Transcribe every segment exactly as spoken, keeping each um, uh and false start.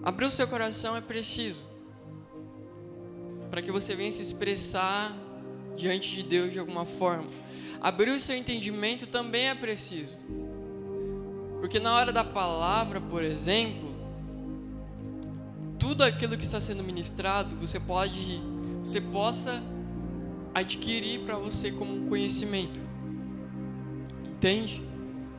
Abrir o seu coração é preciso, para que você venha se expressar diante de Deus de alguma forma. Abrir o seu entendimento também é preciso, porque na hora da palavra, por exemplo, tudo aquilo que está sendo ministrado, você pode, você possa adquirir para você como um conhecimento, entende?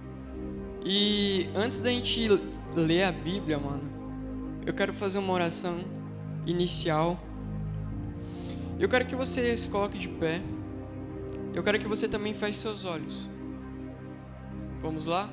E antes da gente ler a Bíblia, mano, eu quero fazer uma oração inicial. Eu quero que você se coloque de pé. Eu quero que você também feche seus olhos. Vamos lá?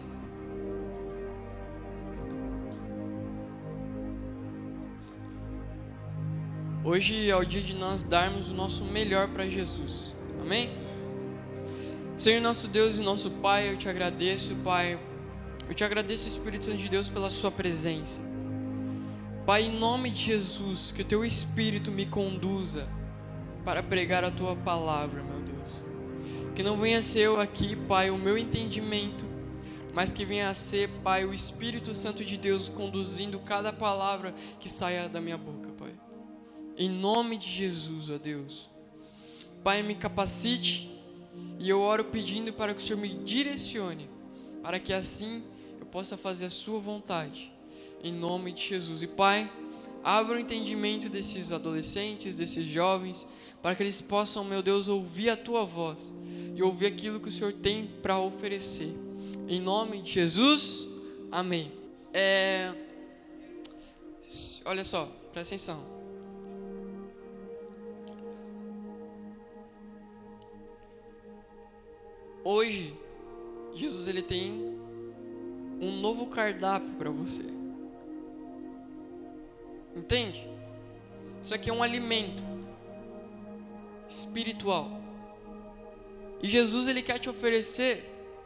Hoje é o dia de nós darmos o nosso melhor para Jesus. Amém? Senhor nosso Deus e nosso Pai, eu te agradeço, Pai. Eu te agradeço, Espírito Santo de Deus, pela sua presença. Pai, em nome de Jesus, que o teu Espírito me conduza para pregar a tua palavra, meu Deus. Que não venha ser eu aqui, Pai, o meu entendimento, mas que venha a ser, Pai, o Espírito Santo de Deus conduzindo cada palavra que saia da minha boca, Pai. Em nome de Jesus, ó Deus. Pai, me capacite e eu oro pedindo para que o Senhor me direcione, para que assim eu possa fazer a sua vontade. Em nome de Jesus. E Pai, abra o entendimento desses adolescentes, desses jovens, para que eles possam, meu Deus, ouvir a Tua voz e ouvir aquilo que o Senhor tem para oferecer. Em nome de Jesus, amém. É... Olha só, presta atenção. Hoje, Jesus ele tem um novo cardápio para você. Entende? Isso aqui é um alimento espiritual. E Jesus ele quer te oferecer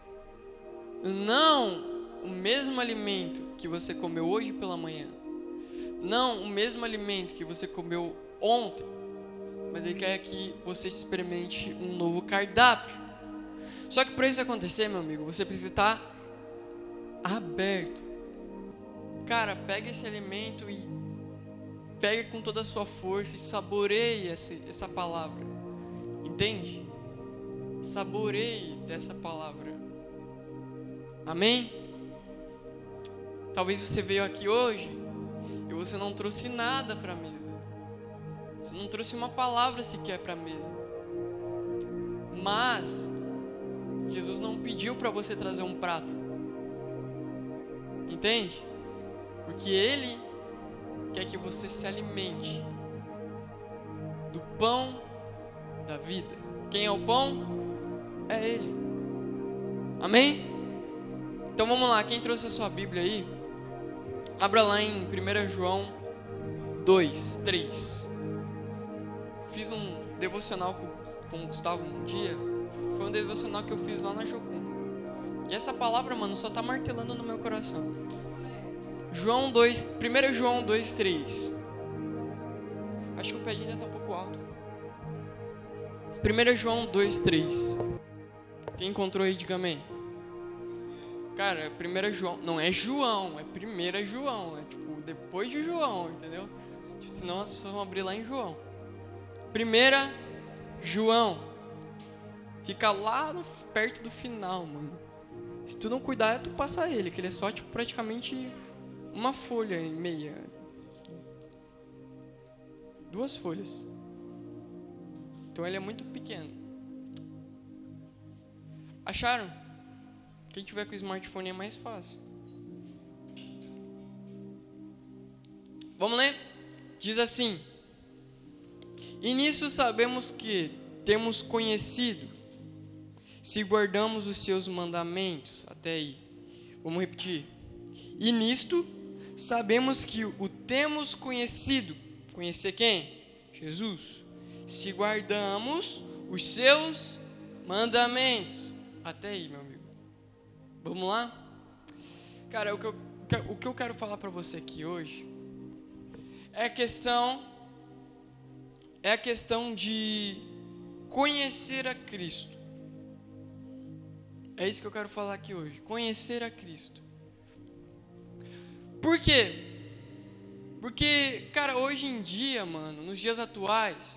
não o mesmo alimento que você comeu hoje pela manhã, não o mesmo alimento que você comeu ontem, mas ele quer que você experimente um novo cardápio. Só que para isso acontecer, meu amigo, você precisa estar aberto. Cara, pega esse alimento e pega com toda a sua força e saboreie essa, essa palavra. Entende? Saboreie dessa palavra. Amém? Talvez você veio aqui hoje e você não trouxe nada para a mesa. Você não trouxe uma palavra sequer para a mesa. Mas Jesus não pediu para você trazer um prato. Entende? Porque Ele quer que você se alimente do pão da vida. Quem é o pão? É Ele. Amém? Então vamos lá, quem trouxe a sua Bíblia aí, abra lá em primeiro João dois, três. Fiz um devocional com, com o Gustavo um dia. Foi um devocional que eu fiz lá na Jocum. E essa palavra, mano, só tá martelando no meu coração. João dois, primeiro João dois, três. Acho que o pé ainda tá um pouco alto. primeiro João dois, três. Quem encontrou aí, diga amém. Cara, primeiro João, não é João, é primeiro João, é tipo depois de João, entendeu? Senão as pessoas vão abrir lá em João. primeiro João. Fica lá no, perto do final, mano. Se tu não cuidar, tu passa ele, que ele é só tipo praticamente uma folha e meia. Duas folhas. Então ele é muito pequeno. Acharam? Quem tiver com o smartphone é mais fácil. Vamos ler? Diz assim: e nisso sabemos que temos conhecido, se guardamos os seus mandamentos. Até aí. Vamos repetir. E nisto sabemos que o temos conhecido. Conhecer quem? Jesus. Se guardamos os seus mandamentos. Até aí, meu amigo. Vamos lá? Cara, o que eu, o que eu quero falar para você aqui hoje é a questão é a questão de conhecer a Cristo. É isso que eu quero falar aqui hoje. Conhecer a Cristo. Por quê? Porque, cara, hoje em dia, mano, nos dias atuais,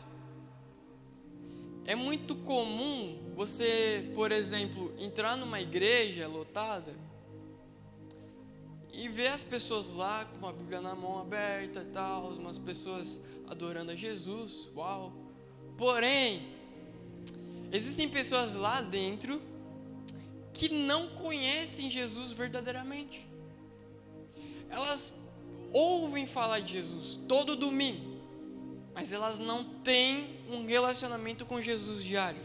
é muito comum você, por exemplo, entrar numa igreja lotada e ver as pessoas lá com a Bíblia na mão aberta e tal, umas pessoas adorando a Jesus, uau. Porém, existem pessoas lá dentro que não conhecem Jesus verdadeiramente. Elas ouvem falar de Jesus todo domingo, mas elas não têm um relacionamento com Jesus diário.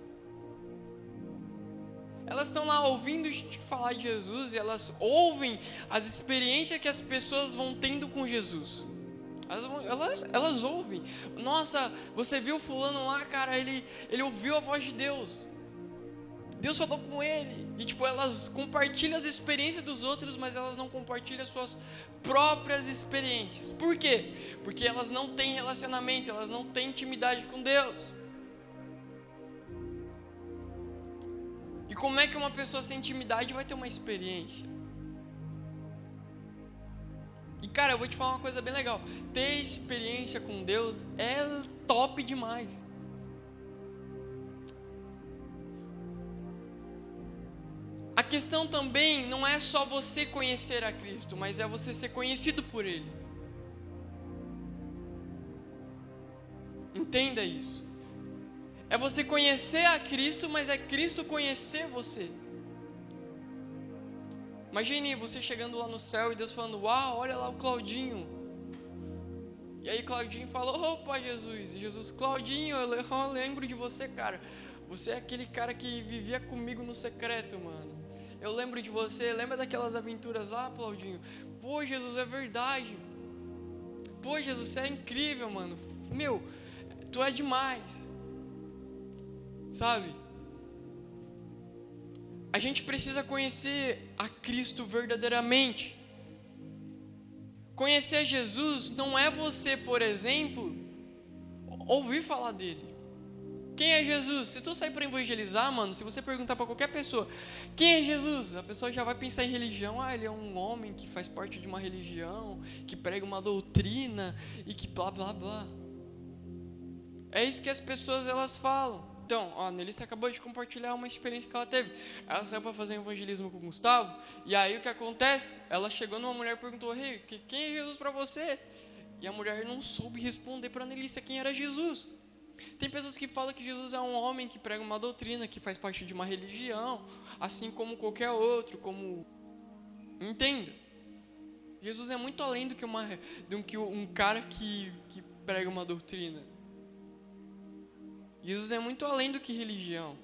Elas estão lá ouvindo falar de Jesus e elas ouvem as experiências que as pessoas vão tendo com Jesus. Elas, elas, elas ouvem. Nossa, você viu fulano lá, cara, ele, ele ouviu a voz de Deus. Deus falou com ele. E tipo, elas compartilham as experiências dos outros, mas elas não compartilham as suas próprias experiências. Por quê? Porque elas não têm relacionamento, elas não têm intimidade com Deus. E como é que uma pessoa sem intimidade vai ter uma experiência? E cara, eu vou te falar uma coisa bem legal. Ter experiência com Deus é top demais. A questão também não é só você conhecer a Cristo, mas é você ser conhecido por Ele. Entenda isso. É você conhecer a Cristo, mas é Cristo conhecer você. Imagine você chegando lá no céu e Deus falando, uau, olha lá o Claudinho. E aí Claudinho fala, opa Jesus. E Jesus, Claudinho, eu lembro de você, cara. Você é aquele cara que vivia comigo no secreto, mano. Eu lembro de você, lembra daquelas aventuras lá, Claudinho? Pô, Jesus, é verdade. Pô, Jesus, você é incrível, mano. Meu, tu é demais. Sabe? A gente precisa conhecer a Cristo verdadeiramente. Conhecer Jesus não é você, por exemplo, ouvir falar dele. Quem é Jesus? Se tu sair para evangelizar, mano, se você perguntar para qualquer pessoa, quem é Jesus? A pessoa já vai pensar em religião. Ah, ele é um homem que faz parte de uma religião, que prega uma doutrina e que blá, blá, blá. É isso que as pessoas, elas falam. Então, ó, a Nelissa acabou de compartilhar uma experiência que ela teve. Ela saiu para fazer um evangelismo com o Gustavo, e aí o que acontece? Ela chegou numa mulher e perguntou, hey, quem é Jesus para você? E a mulher não soube responder para a Nelissa quem era Jesus. Tem pessoas que falam que Jesus é um homem que prega uma doutrina, que faz parte de uma religião, assim como qualquer outro, como... Entenda. Jesus é muito além do que, uma, do que um cara que, que prega uma doutrina. Jesus é muito além do que religião.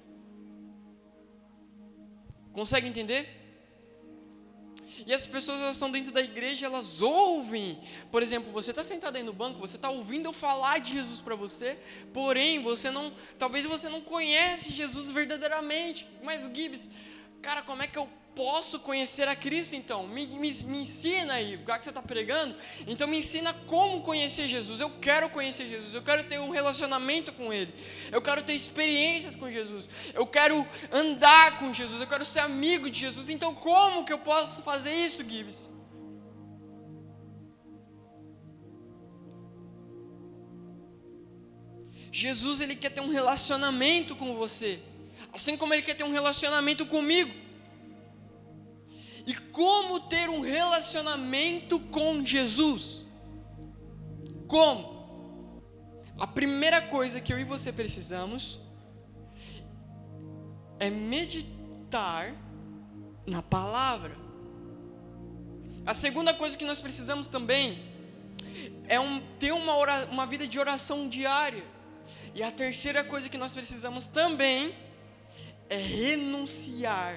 Consegue entender? E as pessoas, elas estão dentro da igreja, elas ouvem. Por exemplo, você está sentado aí no banco, você está ouvindo eu falar de Jesus para você, porém, você não, talvez você não conhece Jesus verdadeiramente. Mas, Gibbs, cara, como é que eu posso conhecer a Cristo então? Me, me, me ensina aí, já que você está pregando, então me ensina como conhecer Jesus. Eu quero conhecer Jesus, eu quero ter um relacionamento com Ele, eu quero ter experiências com Jesus, eu quero andar com Jesus, eu quero ser amigo de Jesus. Então como que eu posso fazer isso, Gibbs? Jesus, Ele quer ter um relacionamento com você, assim como Ele quer ter um relacionamento comigo. E como ter um relacionamento com Jesus? Como? A primeira coisa que eu e você precisamos é meditar na palavra. A segunda coisa que nós precisamos também é um, ter uma, ora, uma vida de oração diária. E a terceira coisa que nós precisamos também é renunciar.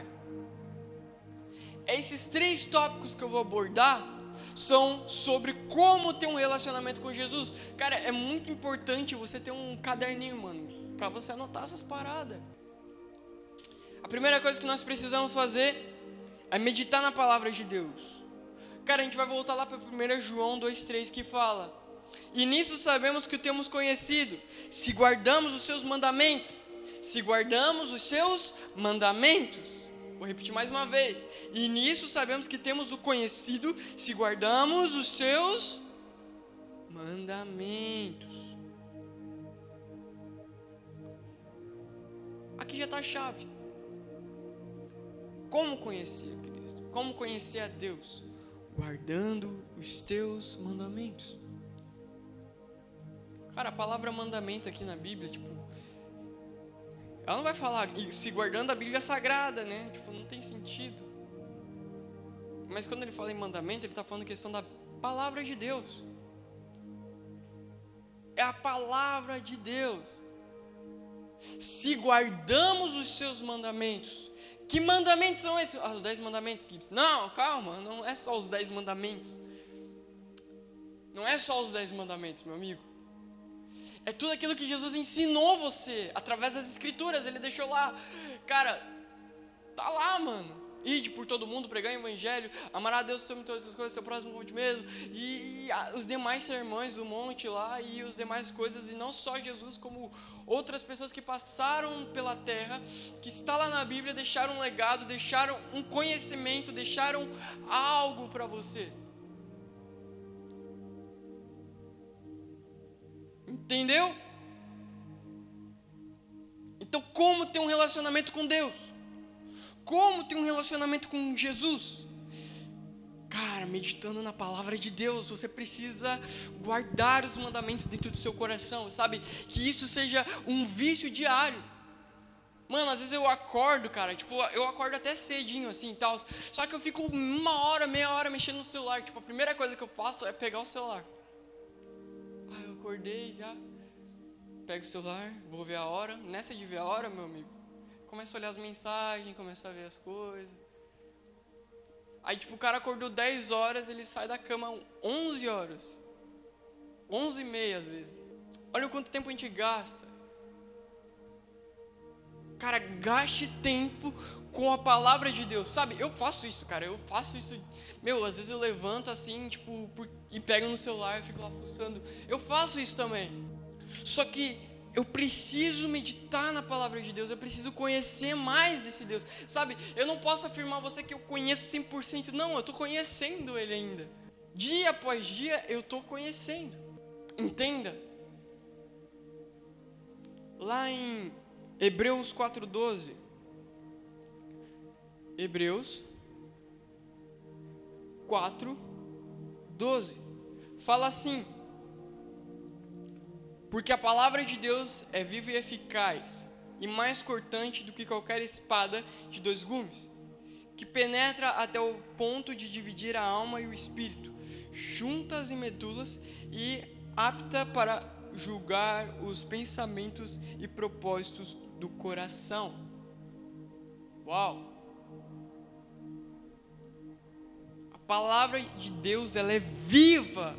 Esses três tópicos que eu vou abordar são sobre como ter um relacionamento com Jesus. Cara, é muito importante você ter um caderninho, mano, para você anotar essas paradas. A primeira coisa que nós precisamos fazer é meditar na palavra de Deus. Cara, a gente vai voltar lá para primeiro João dois, três, que fala: e nisso sabemos que o temos conhecido, se guardamos os seus mandamentos. Se guardamos os seus mandamentos. Vou repetir mais uma vez. E nisso sabemos que temos o conhecido, se guardamos os seus mandamentos. Aqui já está a chave. Como conhecer Cristo? Como conhecer a Deus? Guardando os teus mandamentos. Cara, a palavra mandamento aqui na Bíblia, tipo, ela não vai falar se guardando a Bíblia sagrada, né? Tipo, não tem sentido. Mas quando ele fala em mandamento, ele está falando a questão da palavra de Deus. É a palavra de Deus. Se guardamos os seus mandamentos. Que mandamentos são esses? Ah, os dez mandamentos, Gibbs. Não, calma, não é só os dez mandamentos. Não é só os dez mandamentos, meu amigo. É tudo aquilo que Jesus ensinou você, através das escrituras, ele deixou lá. Cara, tá lá, mano. Ide por todo mundo, pregar o evangelho, amar a Deus sobre todas as coisas, seu próximo como ti mesmo, e, e a, os demais sermões do monte lá, e os demais coisas, e não só Jesus, como outras pessoas que passaram pela terra, que está lá na Bíblia, deixaram um legado, deixaram um conhecimento, deixaram algo para você. Entendeu? Então, como ter um relacionamento com Deus? Como ter um relacionamento com Jesus? Cara, meditando na palavra de Deus, você precisa guardar os mandamentos dentro do seu coração, sabe? Que isso seja um vício diário. Mano, às vezes eu acordo, cara, tipo, eu acordo até cedinho, assim, tal. Só que eu fico uma hora, meia hora mexendo no celular. Tipo, a primeira coisa que eu faço é pegar o celular. Ah, eu acordei já. Pego o celular, vou ver a hora. Nessa de ver a hora, meu amigo, começo a olhar as mensagens, começo a ver as coisas. Aí, tipo, o cara acordou dez horas, ele sai da cama onze horas. onze e meia, às vezes. Olha o quanto tempo a gente gasta. Cara, gaste tempo com a palavra de Deus, sabe? Eu faço isso, cara, eu faço isso. Meu, às vezes eu levanto assim, tipo, por, e pego no celular e fico lá fuçando. Eu faço isso também. Só que eu preciso meditar na palavra de Deus, eu preciso conhecer mais desse Deus, sabe? Eu não posso afirmar a você que eu conheço cem por cento, não, eu estou conhecendo Ele ainda. Dia após dia eu estou conhecendo. Entenda. Lá em Hebreus quatro, doze. Hebreus quatro, doze. Fala assim: porque a palavra de Deus é viva e eficaz, e mais cortante do que qualquer espada de dois gumes, que penetra até o ponto de dividir a alma e o espírito, juntas e medulas, e apta para julgar os pensamentos e propósitos do coração. Uau! A palavra de Deus, ela é viva.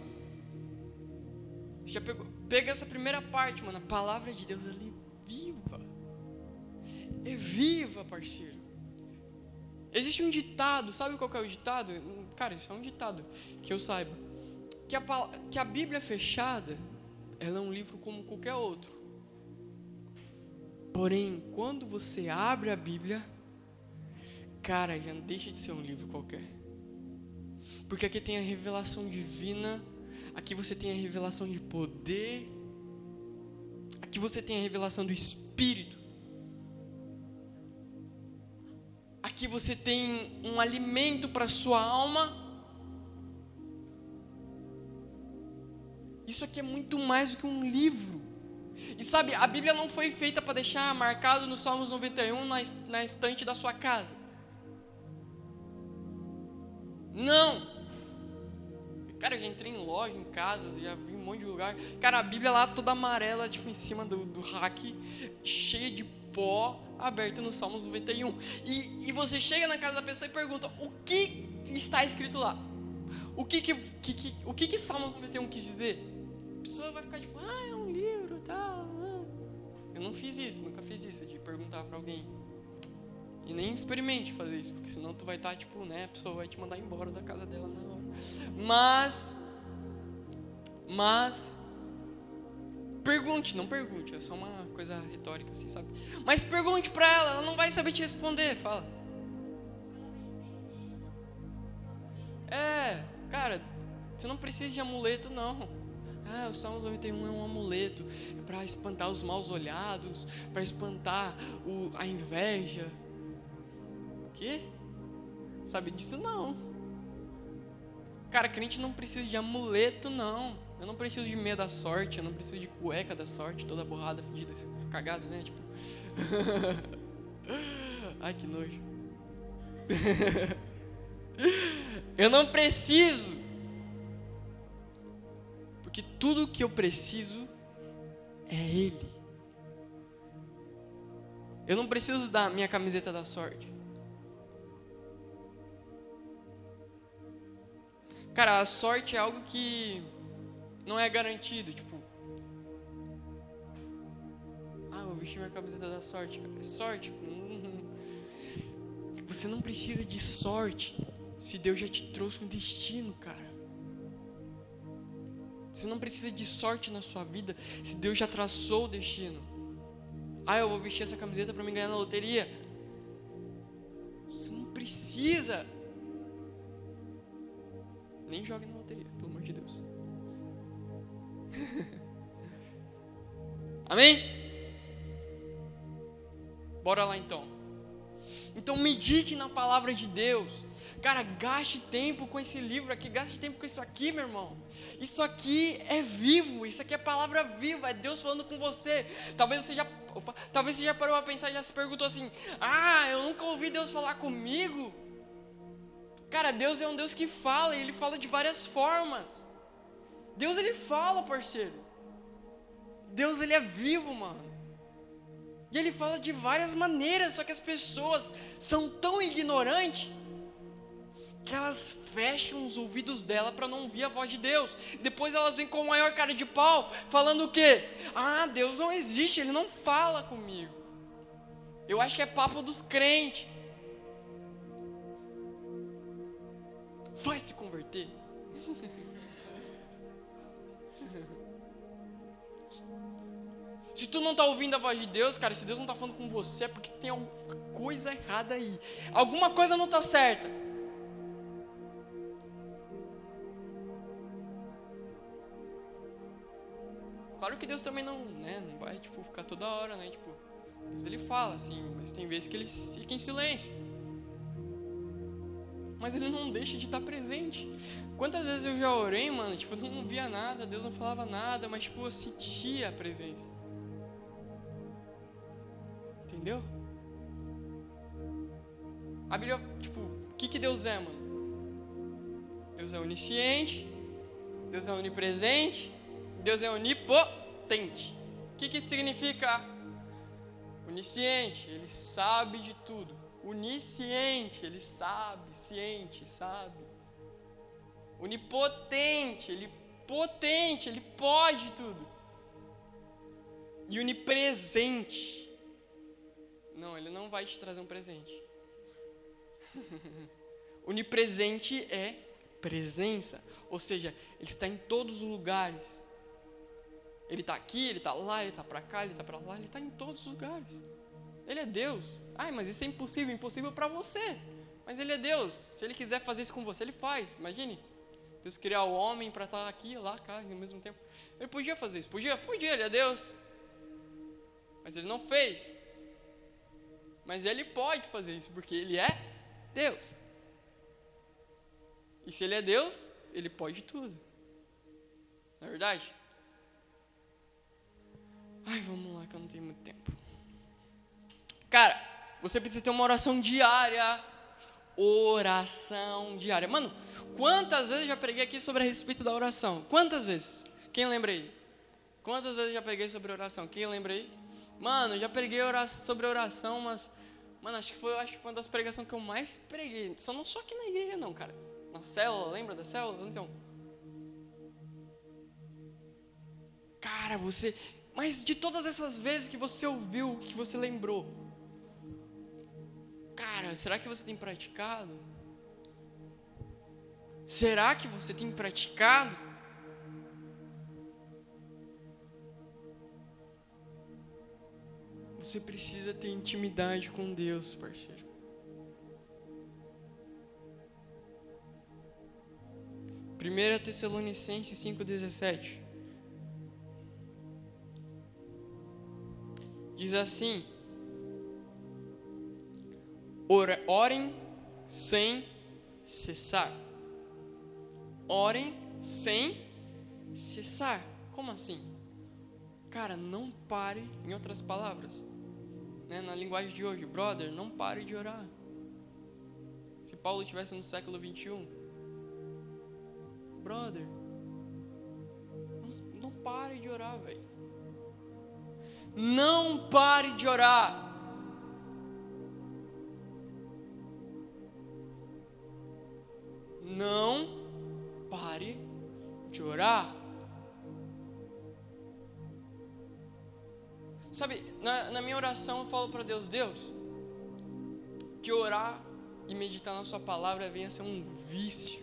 Já pegou? Pega essa primeira parte, mano. A palavra de Deus, ela é viva. É viva, parceiro. Existe um ditado, sabe qual que é o ditado? Cara, isso é um ditado que eu saiba. Que a, que a Bíblia fechada, ela é um livro como qualquer outro. Porém, quando você abre a Bíblia, cara, já não deixa de ser um livro qualquer. Porque aqui tem a revelação divina. Aqui você tem a revelação de poder. Aqui você tem a revelação do Espírito. Aqui você tem um alimento para a sua alma. Isso aqui é muito mais do que um livro. E sabe, a Bíblia não foi feita para deixar marcado no Salmos noventa e um na, na estante da sua casa. Não. Cara, eu já entrei em loja, em casas, já vi um monte de lugar. Cara, a Bíblia lá toda amarela, tipo em cima do, do rack, cheia de pó, aberta no Salmos noventa e um. E, e você chega na casa da pessoa e pergunta: o que está escrito lá? O que que, que, que, o que, que Salmos noventa e um quis dizer? A pessoa vai ficar tipo: ah, é um livro, tal. Eu não fiz isso, nunca fiz isso, de perguntar para alguém. E nem experimente fazer isso, porque senão tu vai estar, tipo, né, a pessoa vai te mandar embora da casa dela na hora. Mas, mas, pergunte, não pergunte, é só uma coisa retórica, assim, sabe? Mas pergunte pra ela, ela não vai saber te responder, fala. É, cara, você não precisa de amuleto, não. Ah, o Salmos noventa e um é um amuleto, é para espantar os maus olhados, para espantar o, a inveja. Quê? Sabe disso não. Cara, crente não precisa de amuleto não. Eu não preciso de meia da sorte, eu não preciso de cueca da sorte, toda borrada, fedida, cagada, né? Tipo. Ai, que nojo. Eu não preciso. Porque tudo que eu preciso é Ele. Eu não preciso da minha camiseta da sorte. Cara, a sorte é algo que não é garantido. Tipo, ah, eu vesti minha camiseta da sorte. É sorte? Hum, você não precisa de sorte se Deus já te trouxe um destino, cara. Você não precisa de sorte na sua vida se Deus já traçou o destino. Ah, eu vou vestir essa camiseta para me ganhar na loteria. Você não precisa. Nem jogue na loteria, pelo amor de Deus. Amém? Bora lá então. Então medite na palavra de Deus. Cara, gaste tempo com esse livro aqui, gaste tempo com isso aqui, meu irmão. Isso aqui é vivo, isso aqui é palavra viva, é Deus falando com você. Talvez você já, opa, talvez você já parou a pensar e já se perguntou assim: ah, eu nunca ouvi Deus falar comigo. Cara, Deus é um Deus que fala, e Ele fala de várias formas. Deus, Ele fala, parceiro. Deus, Ele é vivo, mano. E Ele fala de várias maneiras, só que as pessoas são tão ignorantes que elas fecham os ouvidos dela para não ouvir a voz de Deus. Depois elas vêm com o maior cara de pau, falando o quê? Ah, Deus não existe, Ele não fala comigo. Eu acho que é papo dos crentes. Vai se converter. Se tu não está ouvindo a voz de Deus, cara, se Deus não está falando com você, é porque tem alguma coisa errada aí. Alguma coisa não está certa. Claro que Deus também não, né, não vai, tipo, ficar toda hora, né, tipo, Deus, Ele fala, assim, mas tem vezes que Ele fica em silêncio. Mas Ele não deixa de estar presente. Quantas vezes eu já orei, mano, tipo, eu não via nada, Deus não falava nada, mas, tipo, eu sentia a presença. Entendeu? A Bíblia, tipo, o que que Deus é, mano? Deus é onisciente, Deus é onipresente, Deus é onipotente. O que que isso significa? Onisciente, Ele sabe de tudo. Onisciente, Ele sabe, ciente, sabe. Onipotente, Ele potente, Ele pode tudo. E onipresente. Não, Ele não vai te trazer um presente. Onipresente é presença, ou seja, Ele está em todos os lugares. Ele está aqui, Ele está lá, Ele está para cá, Ele está para lá, Ele está em todos os lugares. Ele é Deus. Ai, mas isso é impossível, impossível para você. Mas Ele é Deus. Se Ele quiser fazer isso com você, Ele faz. Imagine, Deus criar o homem para estar aqui, lá, cá, no mesmo tempo. Ele podia fazer isso, podia? Podia, Ele é Deus. Mas Ele não fez. Mas Ele pode fazer isso, porque Ele é Deus. E se Ele é Deus, Ele pode tudo. Não é verdade? Ai, vamos lá que eu não tenho muito tempo. Cara, você precisa ter uma oração diária. Oração diária. Mano, quantas vezes eu já preguei aqui sobre a respeito da oração? Quantas vezes? Quem lembra aí? Quantas vezes eu já preguei sobre oração? Quem lembra aí? Mano, eu já preguei oração, sobre oração, mas... Mano, acho que foi, acho que foi uma das pregações que eu mais preguei. Só não só aqui na igreja não, cara. Na célula, lembra da célula? Então... Cara, você... Mas de todas essas vezes que você ouviu, que você lembrou, cara, será que você tem praticado? Será que você tem praticado? Você precisa ter intimidade com Deus, parceiro. primeira Tessalonicenses cinco, dezessete. diz assim: Ora, orem sem cessar. Orem sem cessar. Como assim? Cara, não pare, em outras palavras, né, na linguagem de hoje, brother, não pare de orar. Se Paulo estivesse no século vinte e um, brother, não, não pare de orar, velho. Não pare de orar. Não pare de orar. Sabe, na, na minha oração eu falo para Deus, Deus, que orar e meditar na sua palavra venha ser um vício.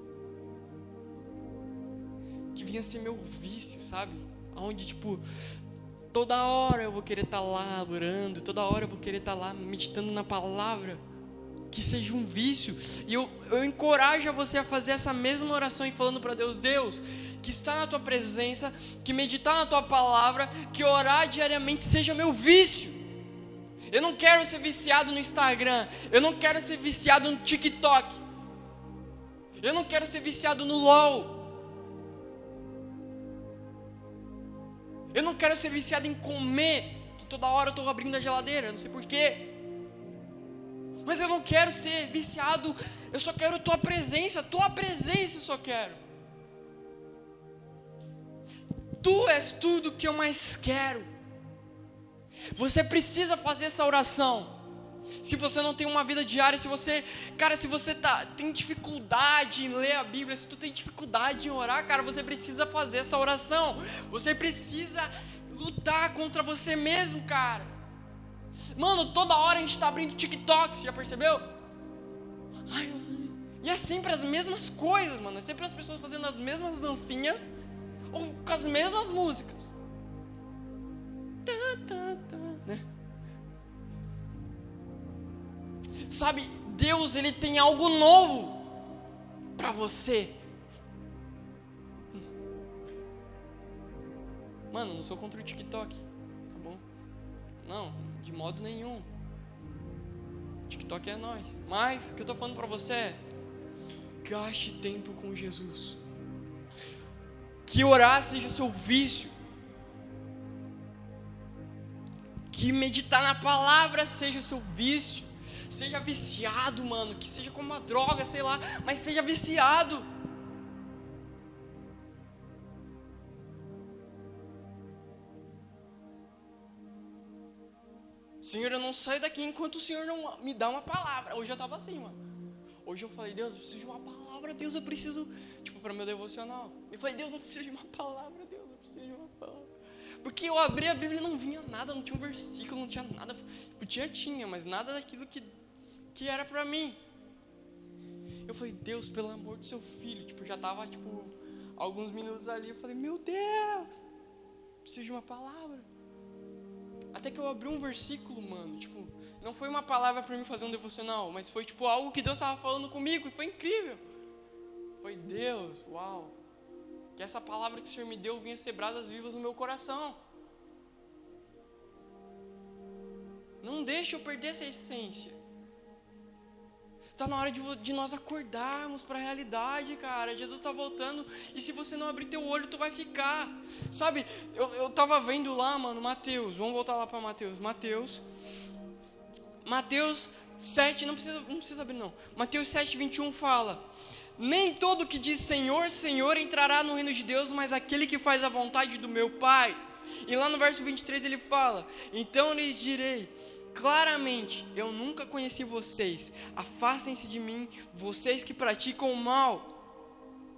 Que venha ser meu vício, sabe? Onde, tipo, toda hora eu vou querer estar lá orando, toda hora eu vou querer estar lá meditando na palavra. Que seja um vício. E eu, eu encorajo você a fazer essa mesma oração e falando para Deus, Deus, que está na tua presença, que meditar na tua palavra, que orar diariamente seja meu vício. Eu não quero ser viciado no Instagram, eu não quero ser viciado no TikTok, eu não quero ser viciado no LOL, eu não quero ser viciado em comer, que toda hora eu estou abrindo a geladeira, não sei porquê. Mas eu não quero ser viciado, eu só quero tua presença, tua presença eu só quero. Tu és tudo que eu mais quero. Você precisa fazer essa oração. Se você não tem uma vida diária, se você, cara, se você tá, tem dificuldade em ler a Bíblia, se tu tem dificuldade em orar, cara, você precisa fazer essa oração. Você precisa lutar contra você mesmo, cara. Mano, toda hora a gente tá abrindo TikTok, você já percebeu? Ai, e é sempre as mesmas coisas, mano. É sempre as pessoas fazendo as mesmas dancinhas ou com as mesmas músicas. Tá, tá, tá, né? Sabe, Deus, Ele tem algo novo para você. Mano, não sou contra o TikTok, tá bom? Não, de modo nenhum. TikTok é nós. Mas o que eu tô falando para você é: gaste tempo com Jesus. Que orar seja o seu vício. Que meditar na palavra seja o seu vício. Seja viciado, mano. Que seja como uma droga, sei lá. Mas seja viciado. Senhor, eu não saio daqui enquanto o Senhor não me dá uma palavra. Hoje eu estava assim, mano. Hoje eu falei, Deus, eu preciso de uma palavra. Deus, eu preciso, tipo, para o meu devocional. Eu falei, Deus, eu preciso de uma palavra. Deus, eu preciso de uma palavra. Porque eu abri a Bíblia e não vinha nada, não tinha um versículo, não tinha nada. Podia, tinha, mas nada daquilo que, que era para mim. Eu falei, Deus, pelo amor do seu filho. Tipo, já estava, tipo, alguns minutos ali. Eu falei, meu Deus, preciso de uma palavra. Até que eu abri um versículo, mano, tipo, não foi uma palavra para mim fazer um devocional, mas foi tipo algo que Deus estava falando comigo e foi incrível. Foi Deus, uau, que essa palavra que o Senhor me deu vinha ser brasas vivas no meu coração. Não deixe eu perder essa essência. Está na hora de, de nós acordarmos para a realidade, cara. Jesus está voltando e se você não abrir teu olho, tu vai ficar. Sabe, eu, eu tava vendo lá, mano, Mateus. Vamos voltar lá para Mateus. Mateus. Mateus sete, não precisa, não precisa abrir não. Mateus sete, vinte e um fala: nem todo que diz Senhor, Senhor entrará no reino de Deus, mas aquele que faz a vontade do meu Pai. E lá no verso vinte e três ele fala: então lhes direi claramente, eu nunca conheci vocês, afastem-se de mim, vocês que praticam o mal.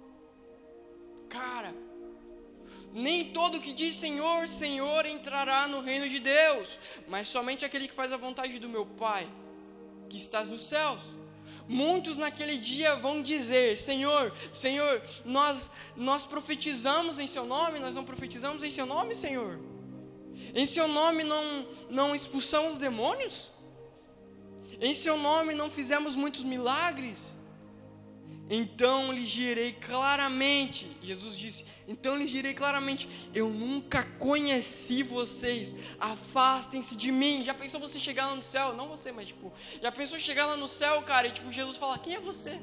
Cara, nem todo que diz Senhor, Senhor entrará no reino de Deus, mas somente aquele que faz a vontade do meu Pai, que estás nos céus. Muitos naquele dia vão dizer: Senhor, Senhor, nós, nós profetizamos em seu nome, nós não profetizamos em seu nome, Senhor? Em seu nome não, não expulsamos demônios? Em seu nome não fizemos muitos milagres? então lhes direi claramente, Jesus disse, então lhes direi claramente, eu nunca conheci vocês, afastem-se de mim. Já pensou você chegar lá no céu, não você, mas tipo, já pensou chegar lá no céu, cara, e tipo, Jesus falar, quem é você?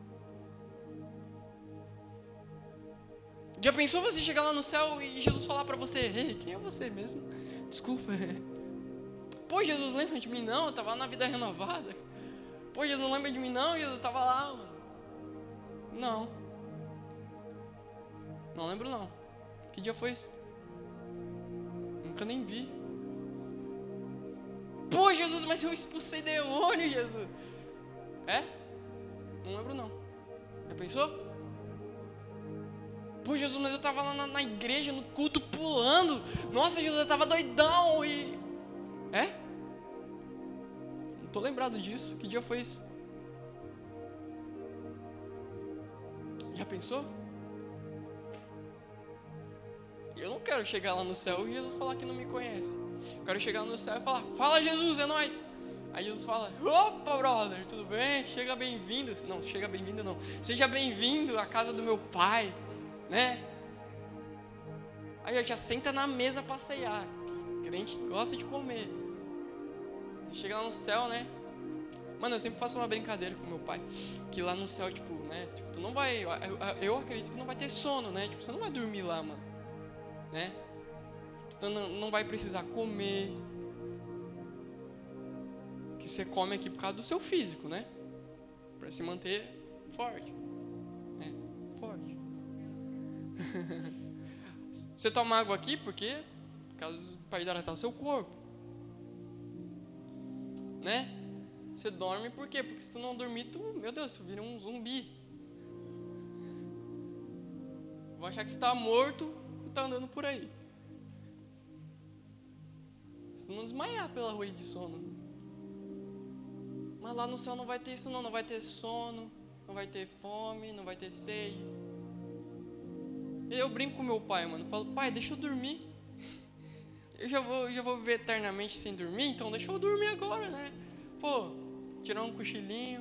Já pensou você chegar lá no céu e Jesus falar pra você, ei, quem é você mesmo? Desculpa. Pô, Jesus, lembra de mim? Não, eu tava lá na vida renovada. Pô, Jesus, não lembra de mim? Não, Jesus, eu tava lá, mano. Não. Não lembro, não. Que dia foi isso? Nunca nem vi. Pô, Jesus, mas eu expulsei demônio, Jesus. É? Não lembro, não. Já pensou? Pô, Jesus, mas eu tava lá na, na igreja, no culto, pulando. Nossa, Jesus, eu tava doidão e... É? Não tô lembrado disso. Que dia foi isso? Já pensou? Eu não quero chegar lá no céu e Jesus falar que não me conhece. Eu quero chegar lá no céu e falar, fala Jesus, é nóis. Aí Jesus fala, opa brother, tudo bem? Chega bem-vindo. Não, chega bem-vindo não. Seja bem-vindo à casa do meu pai, né? Aí já senta na mesa pra ceiar. Crente gosta de comer. Chega lá no céu, né? Mano, eu sempre faço uma brincadeira com meu pai, que lá no céu, tipo, né, tipo, tu não vai, eu, eu acredito que não vai ter sono, né, tipo, você não vai dormir lá, mano, né, tu não, não vai precisar comer, que você come aqui por causa do seu físico, né, pra se manter forte, né, forte. Você toma água aqui porque, por causa, para hidratar o seu corpo, né. Você dorme por quê? Porque se tu não dormir, tu, meu Deus, tu vira um zumbi. Vou achar que você tá morto e tá andando por aí. Se tu não desmaiar pela rua de sono. Mas lá no céu não vai ter isso não, não vai ter sono, não vai ter fome, não vai ter sede. Eu brinco com meu pai, mano, falo, pai, deixa eu dormir. Eu já vou, já vou viver eternamente sem dormir, então deixa eu dormir agora, né? Pô, tirar um cochilinho,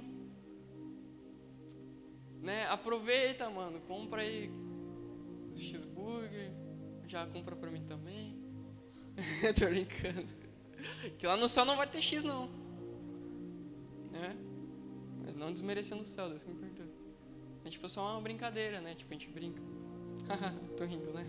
né? Aproveita, mano, compra aí os cheeseburger, já compra pra mim também. Tô brincando. Que lá no céu não vai ter X não, né? Mas não desmerecendo o céu, Deus que me perdoe. É tipo só uma brincadeira, né? Tipo a gente brinca. Tô rindo, né?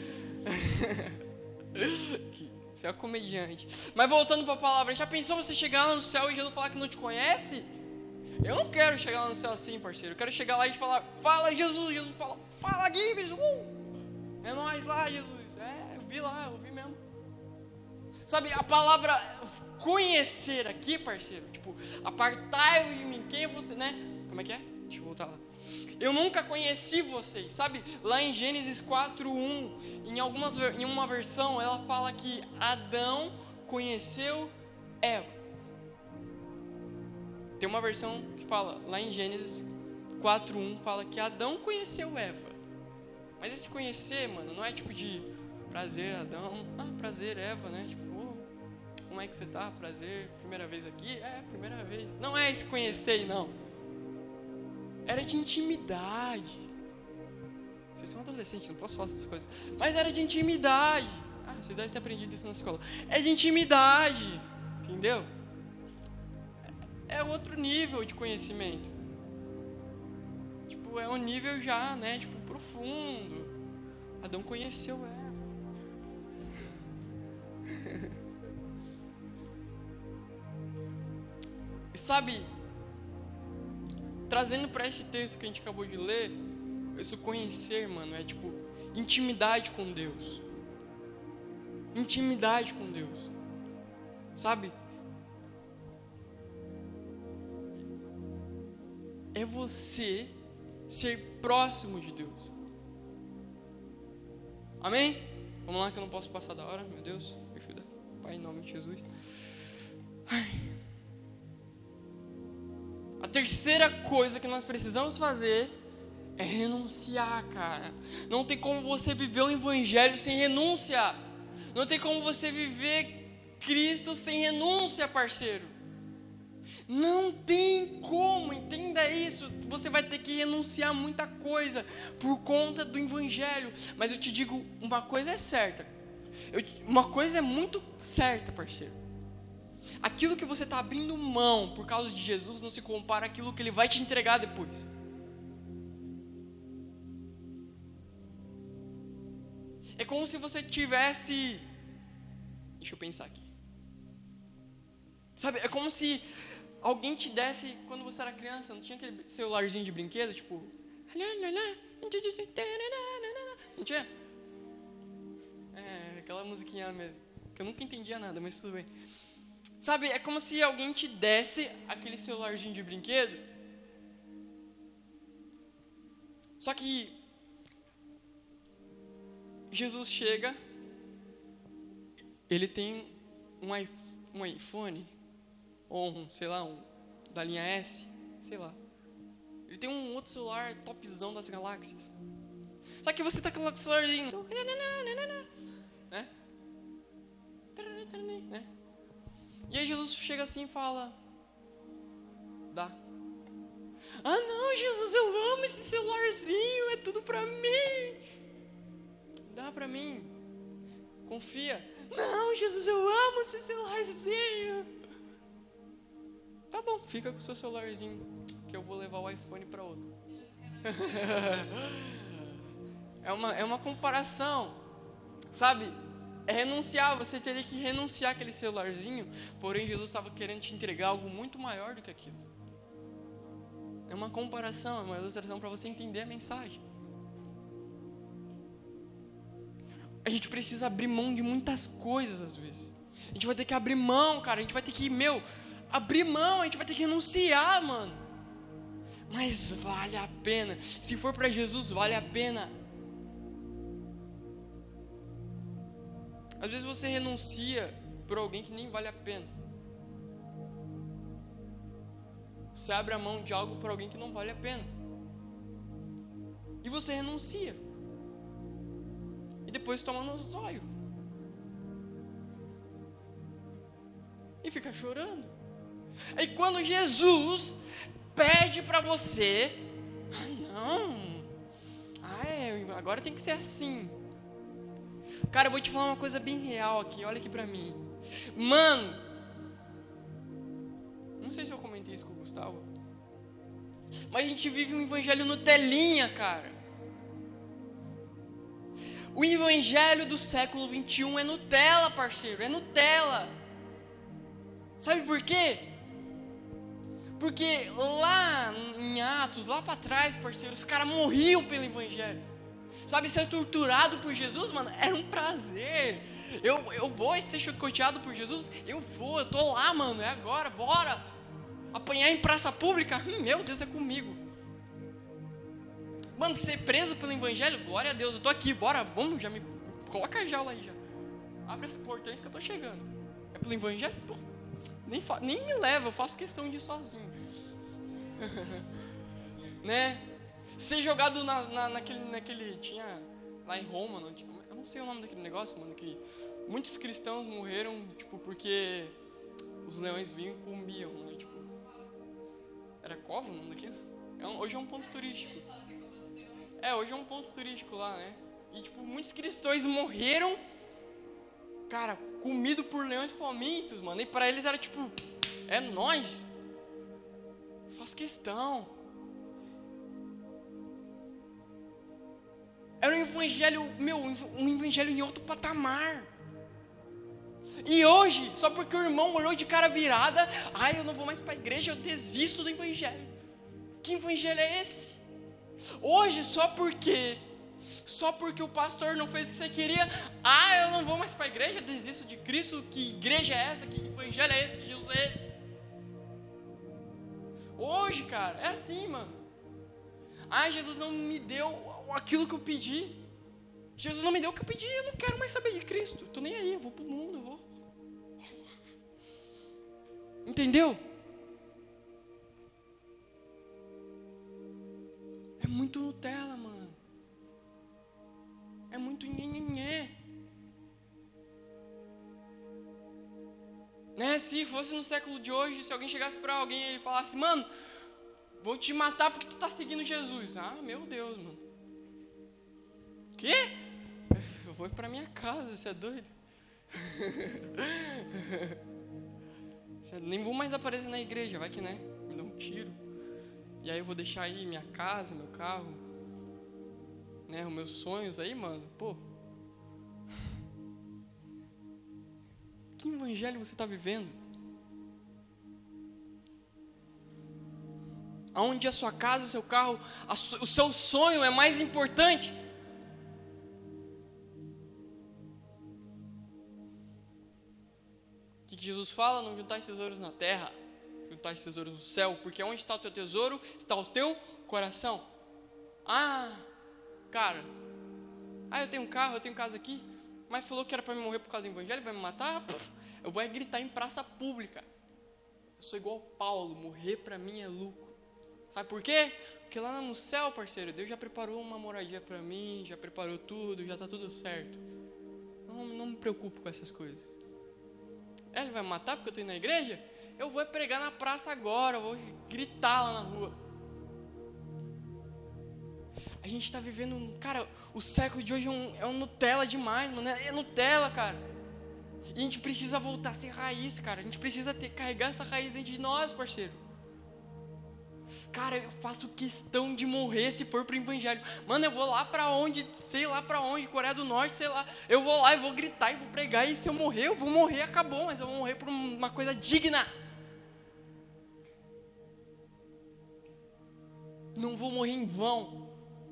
Você é um comediante. Mas voltando para a palavra, já pensou você chegar lá no céu e Jesus falar que não te conhece? Eu não quero chegar lá no céu assim, parceiro. Eu quero chegar lá e falar, fala Jesus. Jesus fala, fala Gibbs. Uh! É nóis lá, Jesus. É, eu vi lá, eu vi mesmo. Sabe, a palavra conhecer aqui, parceiro, tipo, apartai-vos de mim, quem é você, né? Como é que é? Deixa eu voltar lá. Eu nunca conheci vocês, sabe? Lá em Gênesis quatro, um, em, algumas, em uma versão, ela fala que Adão conheceu Eva. Tem uma versão que fala, lá em Gênesis quatro, um, fala que Adão conheceu Eva. Mas esse conhecer, mano, não é tipo de prazer, Adão, ah, prazer, Eva, né? Tipo, oh, como é que você tá? Prazer, primeira vez aqui? É, primeira vez. Não é esse conhecer, não. Era de intimidade. Vocês são adolescentes, não posso falar essas coisas. Mas era de intimidade. Ah, você deve ter aprendido isso na escola. É de intimidade, entendeu? É outro nível de conhecimento. Tipo, é um nível já, né, tipo, profundo. Adão conheceu Eva. E sabe, trazendo para esse texto que a gente acabou de ler, isso conhecer, mano, é tipo intimidade com Deus. Intimidade com Deus. Sabe? É você ser próximo de Deus. Amém? Vamos lá que eu não posso passar da hora, meu Deus, me ajuda. Pai, em nome de Jesus. Ai. A terceira coisa que nós precisamos fazer é renunciar, cara. Não tem como você viver o evangelho sem renúncia. Não tem como você viver Cristo sem renúncia, parceiro. Não tem como, entenda isso. Você vai ter que renunciar a muita coisa por conta do evangelho. Mas eu te digo, uma coisa é certa. Eu, uma coisa é muito certa, parceiro. Aquilo que você está abrindo mão por causa de Jesus não se compara àquilo que Ele vai te entregar depois. É como se você tivesse... Deixa eu pensar aqui. Sabe, é como se alguém te desse, quando você era criança, não tinha aquele celularzinho de brinquedo, tipo... Não tinha? É, aquela musiquinha mesmo, que eu nunca entendia nada, mas tudo bem. Sabe, é como se alguém te desse aquele celularzinho de brinquedo, só que Jesus chega, ele tem um, i, um iPhone, ou um, sei lá, um da linha S, sei lá. Ele tem um outro celular topzão das galáxias. Só que você tá com o celularzinho, né? né? E aí Jesus chega assim e fala, dá. Ah não, Jesus, eu amo esse celularzinho, é tudo pra mim. Dá pra mim. Confia. Não, Jesus, eu amo esse celularzinho. Tá bom, fica com o seu celularzinho, que eu vou levar o iPhone para outro. é, uma, é uma comparação, sabe? É renunciar, você teria que renunciar aquele celularzinho, porém Jesus estava querendo te entregar algo muito maior do que aquilo. É uma comparação, é uma ilustração para você entender a mensagem. A gente precisa abrir mão de muitas coisas às vezes. A gente vai ter que abrir mão, cara, a gente vai ter que, meu... abrir mão, a gente vai ter que renunciar, mano. Mas vale a pena. Se for para Jesus, vale a pena. Às vezes você renuncia por alguém que nem vale a pena. Você abre a mão de algo por alguém que não vale a pena. E você renuncia. E depois toma no zóio. E fica chorando. Aí quando Jesus pede para você, ah não, ah, é, agora tem que ser assim. Cara, eu vou te falar uma coisa bem real aqui, olha aqui pra mim. Mano, não sei se eu comentei isso com o Gustavo, mas a gente vive um evangelho Nutelinha, cara. O evangelho do século vinte e um é Nutella, parceiro, é Nutella. Sabe por quê? Porque lá em Atos, lá para trás, parceiro, os caras morriam pelo evangelho. Sabe, ser torturado por Jesus, mano, era um prazer. Eu, eu vou ser chicoteado por Jesus? Eu vou, eu tô lá, mano, é agora, bora. Apanhar em praça pública? Hum, meu Deus, é comigo. Mano, ser preso pelo evangelho? Glória a Deus, eu tô aqui, bora, vamos, já me coloca a jaula aí já. Abre essa portões que eu tô chegando. É pelo evangelho? Pô, nem, fa- nem me leva, eu faço questão de ir sozinho. Né? Ser jogado na, na, naquele, naquele, tinha lá em Roma, não, tipo, eu não sei o nome daquele negócio, mano, que muitos cristãos morreram, tipo, porque os leões vinham e comiam, né, tipo, era cova o nome daquilo? É um, hoje é um ponto turístico. É, hoje é um ponto turístico lá, né, e, tipo, muitos cristãos morreram, cara, comido por leões famintos, mano, e pra eles era, tipo, é nóis, faço questão. Era um evangelho, meu, um evangelho em outro patamar. E hoje, só porque o irmão olhou de cara virada, ai, eu não vou mais para a igreja, eu desisto do evangelho. Que evangelho é esse? Hoje, só porque, só porque o pastor não fez o que você queria, ah, eu não vou mais para a igreja, eu desisto de Cristo, que igreja é essa, que evangelho é esse, que Jesus é esse? Hoje, cara, é assim, mano. Ah, Jesus não me deu aquilo que eu pedi. Jesus não me deu o que eu pedi, eu não quero mais saber de Cristo. Tô nem aí, eu vou pro mundo, eu vou. Entendeu? É muito Nutella, mano. É muito nhenhenhé. Né? Se fosse no século de hoje, se alguém chegasse para alguém e ele falasse, mano, vou te matar porque tu tá seguindo Jesus. Ah, meu Deus, mano. Quê? Eu vou para minha casa, você é doido? Nem vou mais aparecer na igreja, vai que, né? Me dá um tiro. E aí eu vou deixar aí minha casa, meu carro, né? Os meus sonhos aí, mano. Pô. Que evangelho você está vivendo? Aonde a sua casa, o seu carro, a su- o seu sonho é mais importante? O que, que Jesus fala? Não juntais tesouros na terra, juntais tesouros no céu, porque onde está o teu tesouro, está o teu coração. Ah, cara, ah, eu tenho um carro, eu tenho casa aqui, mas falou que era para me morrer por causa do evangelho, vai me matar? Puf, eu vou gritar em praça pública. Eu sou igual Paulo, morrer para mim é lucro. Sabe por quê? Porque lá no céu, parceiro, Deus já preparou uma moradia para mim, já preparou tudo, já está tudo certo. Não, não me preocupo com essas coisas. É, ele vai me matar porque eu estou indo na igreja? Eu vou pregar na praça agora, eu vou gritar lá na rua. A gente está vivendo, cara, o século de hoje é um, é um Nutella demais, mano, é Nutella, cara. E a gente precisa voltar a ser raiz, cara, a gente precisa ter, carregar essa raiz dentro de nós, parceiro. Cara, eu faço questão de morrer se for pro evangelho. Mano, eu vou lá pra onde, sei lá pra onde, Coreia do Norte, sei lá. Eu vou lá e vou gritar e vou pregar. E se eu morrer, eu vou morrer, acabou. Mas eu vou morrer por uma coisa digna. Não vou morrer em vão.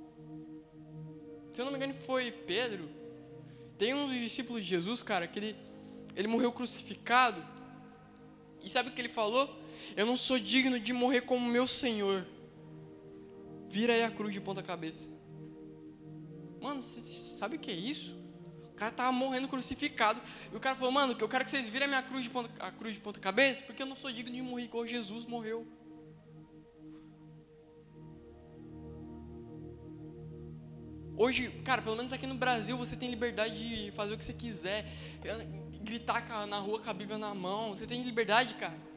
Se eu não me engano foi Pedro. Tem um dos discípulos de Jesus, cara, que ele, ele morreu crucificado. E sabe o que ele falou? Eu não sou digno de morrer como meu Senhor. Vira aí a cruz de ponta cabeça. Mano, você sabe o que é isso? O cara tava morrendo crucificado. E o cara falou, mano, eu quero que vocês virem a minha cruz de ponta, a cruz de ponta cabeça, porque eu não sou digno de morrer igual Jesus morreu. Hoje, cara, pelo menos aqui no Brasil, você tem liberdade de fazer o que você quiser. Gritar na rua com a Bíblia na mão. Você tem liberdade, cara.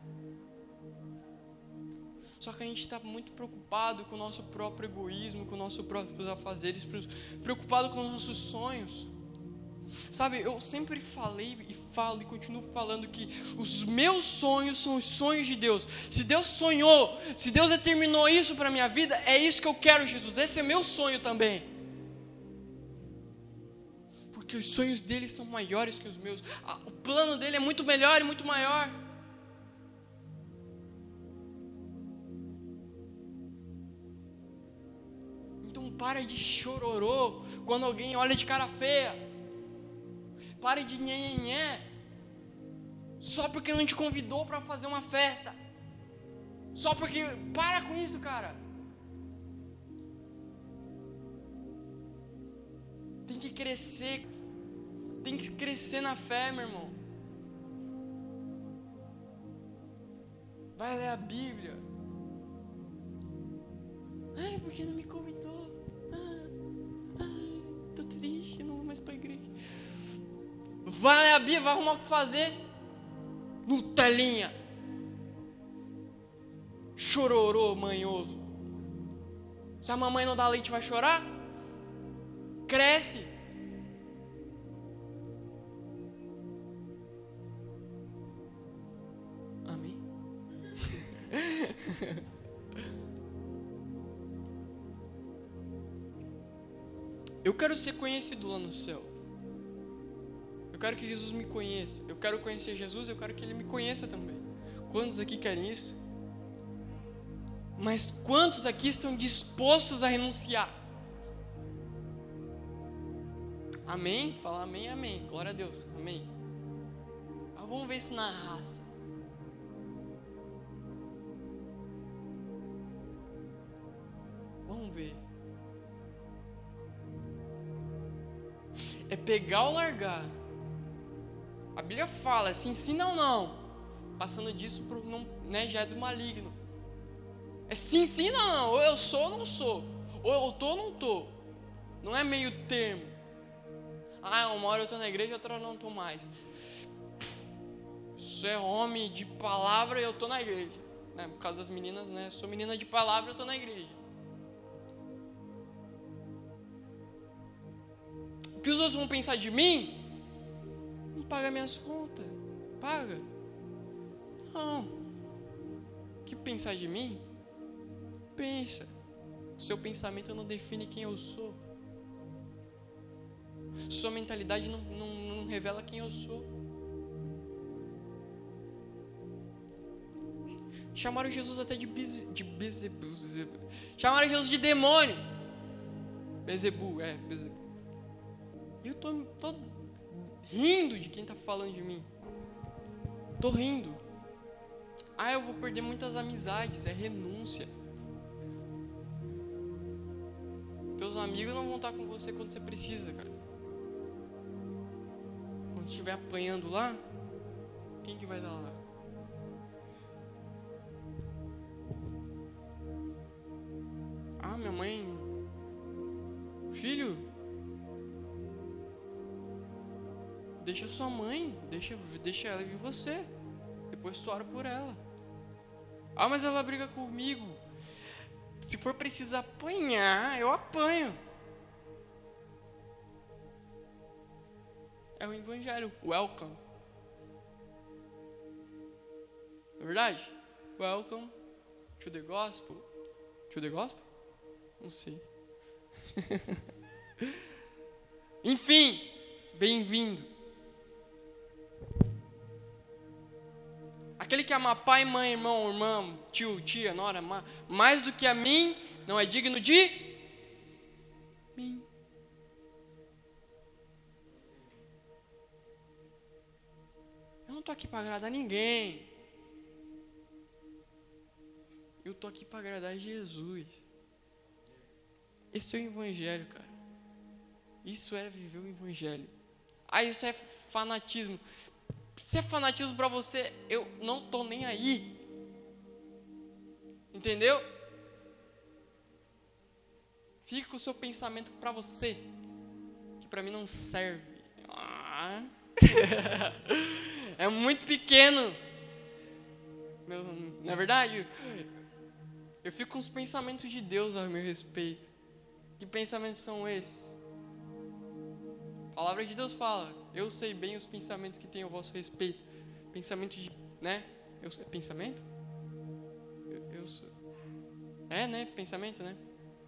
Só que a gente está muito preocupado com o nosso próprio egoísmo, com os nossos próprios afazeres, preocupado com os nossos sonhos. Sabe, eu sempre falei e falo e continuo falando que os meus sonhos são os sonhos de Deus. Se Deus sonhou, se Deus determinou isso para a minha vida, é isso que eu quero, Jesus. Esse é meu sonho também. Porque os sonhos dele são maiores que os meus. O plano dele é muito melhor e muito maior. Para de chororô quando alguém olha de cara feia. Para de nhenhenhé só porque não te convidou para fazer uma festa. Só porque... Para com isso, cara. Tem que crescer. Tem que crescer na fé, meu irmão. Vai ler a Bíblia. Ai, porque não me convidou? Tô triste, não vou mais pra igreja. Vai ler a Bíblia, vai arrumar o que fazer. Nutelinha. Chororô manhoso. Se a mamãe não dá leite, vai chorar? Cresce. Amém? Eu quero ser conhecido lá no céu. Eu quero que Jesus me conheça. Eu quero conhecer Jesus, eu quero que Ele me conheça também. Quantos aqui querem isso? Mas quantos aqui estão dispostos a renunciar? Amém? Fala amém, amém. Glória a Deus, amém. Ah, vamos ver isso na raça. Vamos ver. É pegar ou largar. A Bíblia fala, se ensina ou não. Passando disso, pro, não, né, já é do maligno. É se ensina ou não. Ou eu sou ou não sou. Ou eu tô ou não tô. Não é meio termo. Ah, uma hora eu tô na igreja, outra hora eu não tô mais. Você é homem de palavra e eu tô na igreja. Né? Por causa das meninas, né? Sou menina de palavra e eu tô na igreja. O que os outros vão pensar de mim? Não paga minhas contas. Paga. Não. O que pensar de mim? Pensa. O seu pensamento não define quem eu sou. Sua mentalidade não, não, não revela quem eu sou. Chamaram Jesus até de Bize, de Bezebu. Chamaram Jesus de demônio. Bezebu, é, Bezebu. E eu tô, tô rindo de quem tá falando de mim. Tô rindo. Ah, eu vou perder muitas amizades. É renúncia. Teus amigos não vão estar com você quando você precisa, cara. Quando estiver apanhando lá, quem que vai dar lá? Ah, minha mãe... Filho... Deixa sua mãe, deixa, deixa ela vir você. Depois tu ora por ela. Ah, mas ela briga comigo. Se for preciso apanhar, eu apanho. É o evangelho. Welcome. Não é verdade? Welcome to the gospel. To the gospel? Não sei. Enfim, bem-vindo. Aquele que ama pai, mãe, irmão, irmã, tio, tia, nora, mais do que a mim, não é digno de mim. Eu não estou aqui para agradar ninguém. Eu estou aqui para agradar Jesus. Esse é o evangelho, cara. Isso é viver o evangelho. Ah, isso é fanatismo. Se é fanatismo pra você, eu não tô nem aí. Entendeu? Fique com o seu pensamento pra você, que pra mim não serve. Ah. É muito pequeno. Meu, não é verdade? Eu fico com os pensamentos de Deus a meu respeito. Que pensamentos são esses? A palavra de Deus fala: eu sei bem os pensamentos que tenho a vosso respeito. Pensamento de, né? Eu, é pensamento? Eu, eu sou. É, né? Pensamento, né?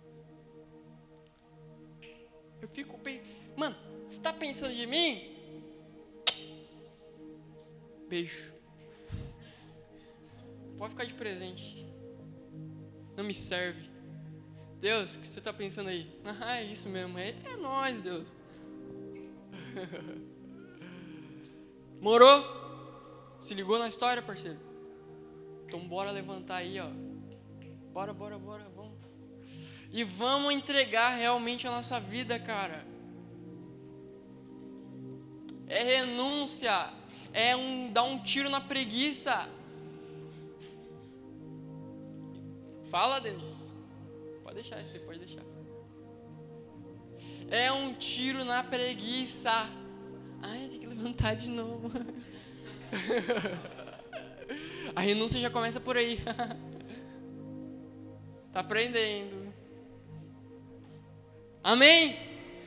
Eu fico bem. Mano, você tá pensando de mim? Beijo. Pode ficar de presente. Não me serve. Deus, o que você tá pensando aí? Ah, é isso mesmo. É, é nós, Deus. Morou? Se ligou na história, parceiro? Então bora levantar aí, ó. Bora, bora, bora, vamos. E vamos entregar realmente a nossa vida, cara. É renúncia. É um dar um tiro na preguiça. Fala, Deus. Pode deixar isso aí, pode deixar. É um tiro na preguiça. Ai, tem que levantar de novo. A renúncia já começa por aí. Tá aprendendo. Amém?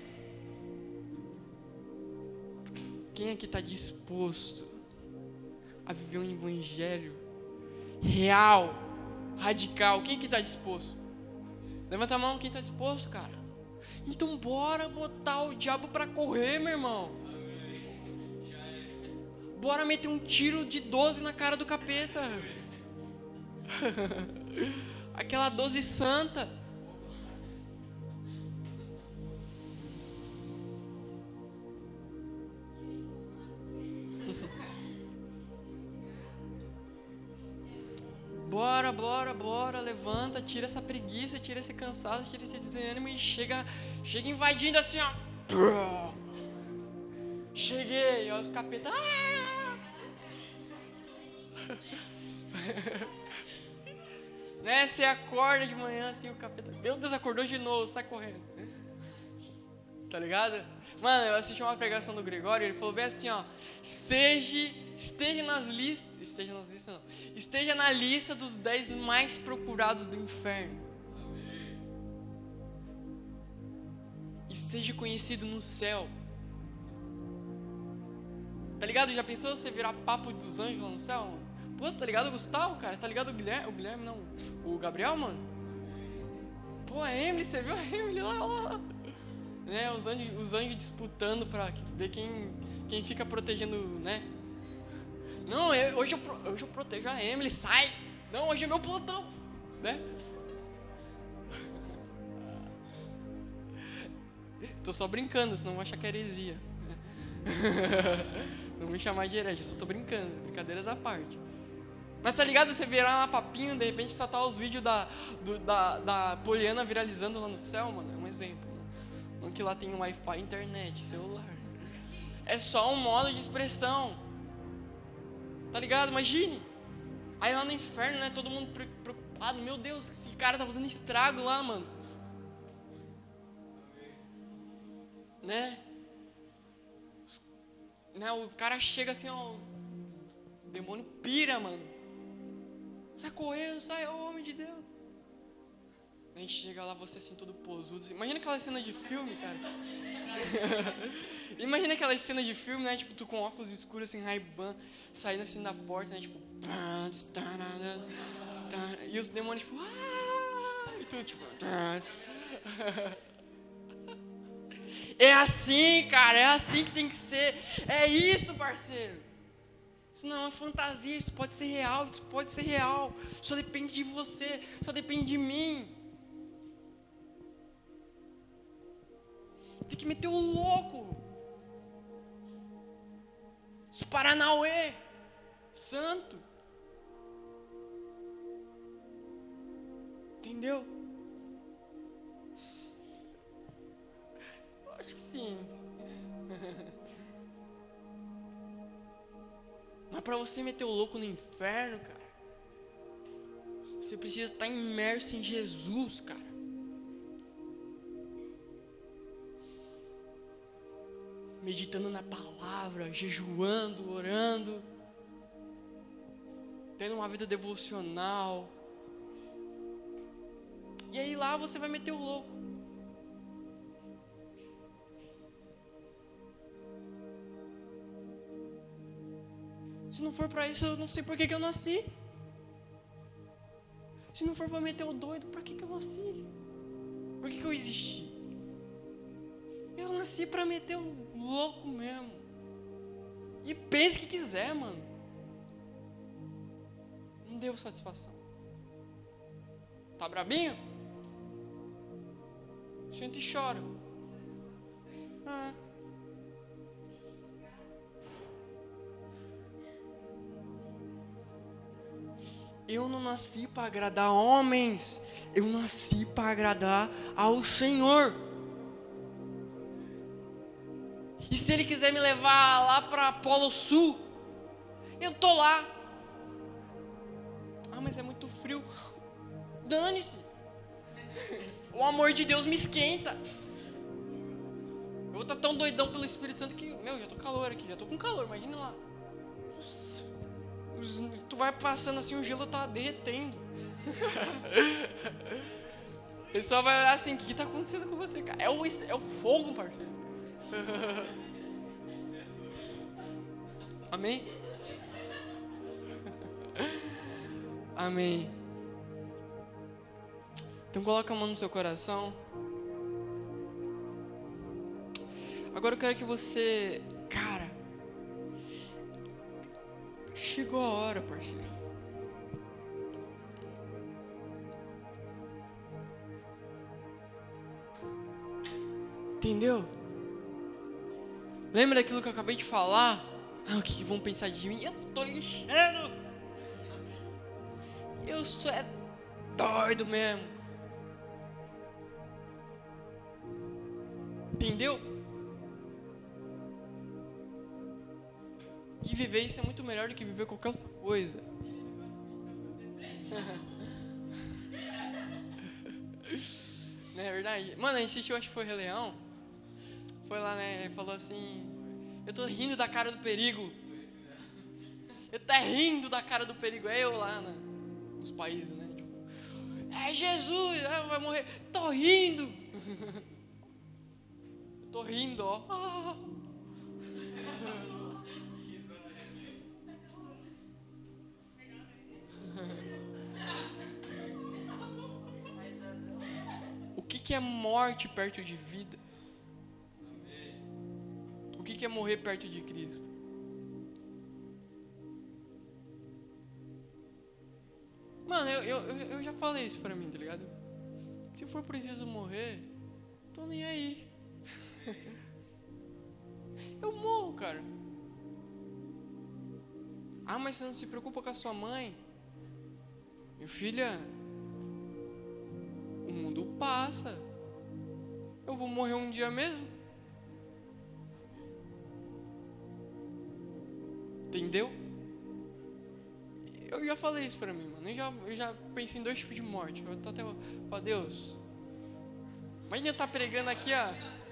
Quem aqui está disposto a viver um evangelho real, radical? Quem aqui está disposto? Levanta a mão, quem está disposto, cara? Então bora botar o diabo para correr, meu irmão. Bora meter um tiro de doze na cara do capeta. Aquela doze santa. Bora, bora, bora, levanta, tira essa preguiça, tira esse cansaço, tira esse desânimo e chega, chega invadindo assim, ó. Cheguei, ó, os capetas. Ah! Né, você acorda de manhã assim, o capeta, meu Deus, acordou de novo, sai correndo. Tá ligado? Mano, eu assisti uma pregação do Gregório, ele falou bem assim, ó, seja, esteja nas listas, esteja nas listas não, esteja na lista dos dez mais procurados do inferno. E seja conhecido no céu. Tá ligado? Já pensou você virar papo dos anjos lá no céu, mano? Pô, tá ligado o Gustavo, cara? Tá ligado o Guilherme? O Guilherme não, o Gabriel, mano? Pô, a Emily, você viu a Emily lá, lá? Né, os anjos, os anjos disputando pra ver quem, quem fica protegendo, né? Não, eu, hoje, eu, hoje eu protejo a Emily, sai! Não, hoje é meu plantão, né? Tô só brincando, senão vão achar que é heresia. Não me chamar de herege, eu só tô brincando, brincadeiras à parte. Mas tá ligado, você virar lá papinho, de repente só tá os vídeos da, do, da, da Poliana viralizando lá no céu, mano, é um exemplo. Não que lá tem um Wi-Fi, internet, celular. É só um modo de expressão. Tá ligado? Imagine. Aí lá no inferno, né? Todo mundo preocupado. Meu Deus, esse cara tá fazendo estrago lá, mano. Né? né? O cara chega assim, ó. O demônio pira, mano. Sai correndo, sai, ô homem de Deus. A gente chega lá, você assim, todo posudo. Assim. Imagina aquela cena de filme, cara. Imagina aquela cena de filme, né? Tipo, tu com óculos escuros, assim, Ray-Ban, saindo assim da porta, né? Tipo... E os demônios, tipo... E tu, tipo... É assim, cara, é assim que tem que ser. É isso, parceiro. Isso não é uma fantasia, isso pode ser real, isso pode ser real. Só depende de você, só depende de mim. Tem que meter o louco. Os Paranauê. Santo. Entendeu? Eu acho que sim. Mas para você meter o louco no inferno, cara, você precisa estar imerso em Jesus, cara. Meditando na palavra, jejuando, orando, tendo uma vida devocional. E aí lá você vai meter o louco. Se não for pra isso, eu não sei por que que eu nasci. Se não for pra meter o doido, pra que que eu nasci? Por que que eu existi? Eu nasci pra meter o louco mesmo. E pense o que quiser, mano. Não devo satisfação. Tá brabinho? Senta e chora. Ah. Eu não nasci para agradar homens. Eu nasci para agradar ao Senhor. E se Ele quiser me levar lá para Polo Sul, eu tô lá. Ah, mas é muito frio. Dane-se. O amor de Deus me esquenta. Eu vou estar tão doidão pelo Espírito Santo que, meu, já tô calor aqui, já tô com calor, imagina lá. Tu vai passando assim, o gelo tá derretendo. O pessoal vai olhar assim, o que que tá acontecendo com você, cara? É o, é o fogo, parceiro. Amém? Amém. Então coloca a mão no seu coração. Agora eu quero que você, cara, chegou a hora, parceiro. Entendeu? Lembra daquilo que eu acabei de falar? Ah, o que vão pensar de mim? Eu tô lixando. Eu sou é doido mesmo. Entendeu? E viver isso é muito melhor do que viver qualquer outra coisa. Não é verdade? Mano, a gente assistiu, acho que foi Rei Leão. foi lá, né? Ele falou assim: eu tô rindo da cara do perigo. Eu tô rindo da cara do perigo. É eu lá, né? Nos países, né? Tipo, é Jesus, vai morrer. Tô rindo. Eu tô rindo, ó. Ah. O que, que é morte perto de vida? O que, que é morrer perto de Cristo? Mano, eu, eu, eu já falei isso pra mim, tá ligado? Se for preciso morrer, tô nem aí. Eu morro, cara. Ah, mas você não se preocupa com a sua mãe? Minha filha, o mundo passa. Eu vou morrer um dia mesmo. Entendeu? Eu já falei isso pra mim, mano. Eu já, eu já pensei em dois tipos de morte. Eu tô até falando, Deus. Imagina eu estar pregando aqui, ó.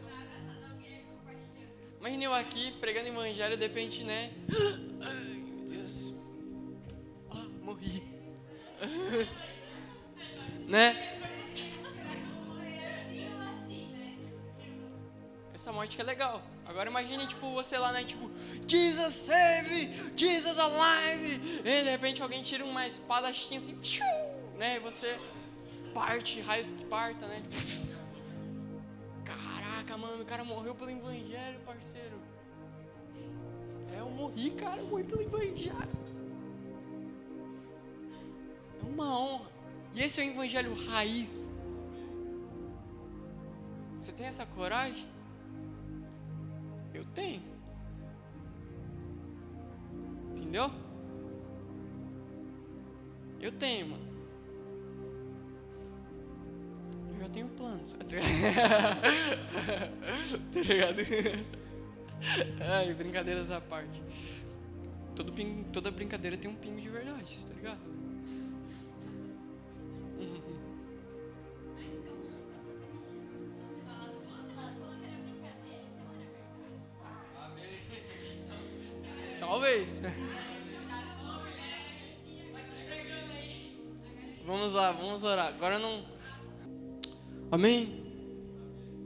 Imagina eu aqui pregando evangelho, de repente, né? Ai, meu Deus. Ah, morri. Né? Essa morte que é legal. Agora imagine, tipo, você lá, né, tipo, Jesus save, Jesus alive. E de repente alguém tira uma espadachinha assim, né, e você parte, raios que parta, né. Caraca, mano, o cara morreu pelo evangelho, parceiro. É, eu morri, cara, eu morri pelo evangelho. É uma honra. E esse é o evangelho raiz. Você tem essa coragem? Eu tenho. Entendeu? Eu tenho, mano. Eu já tenho planos, tá ligado? Ai, brincadeiras à parte. Todo pingo, toda brincadeira tem um pingo de verdade, tá ligado? Talvez. Vamos lá, vamos orar. Agora não. Amém?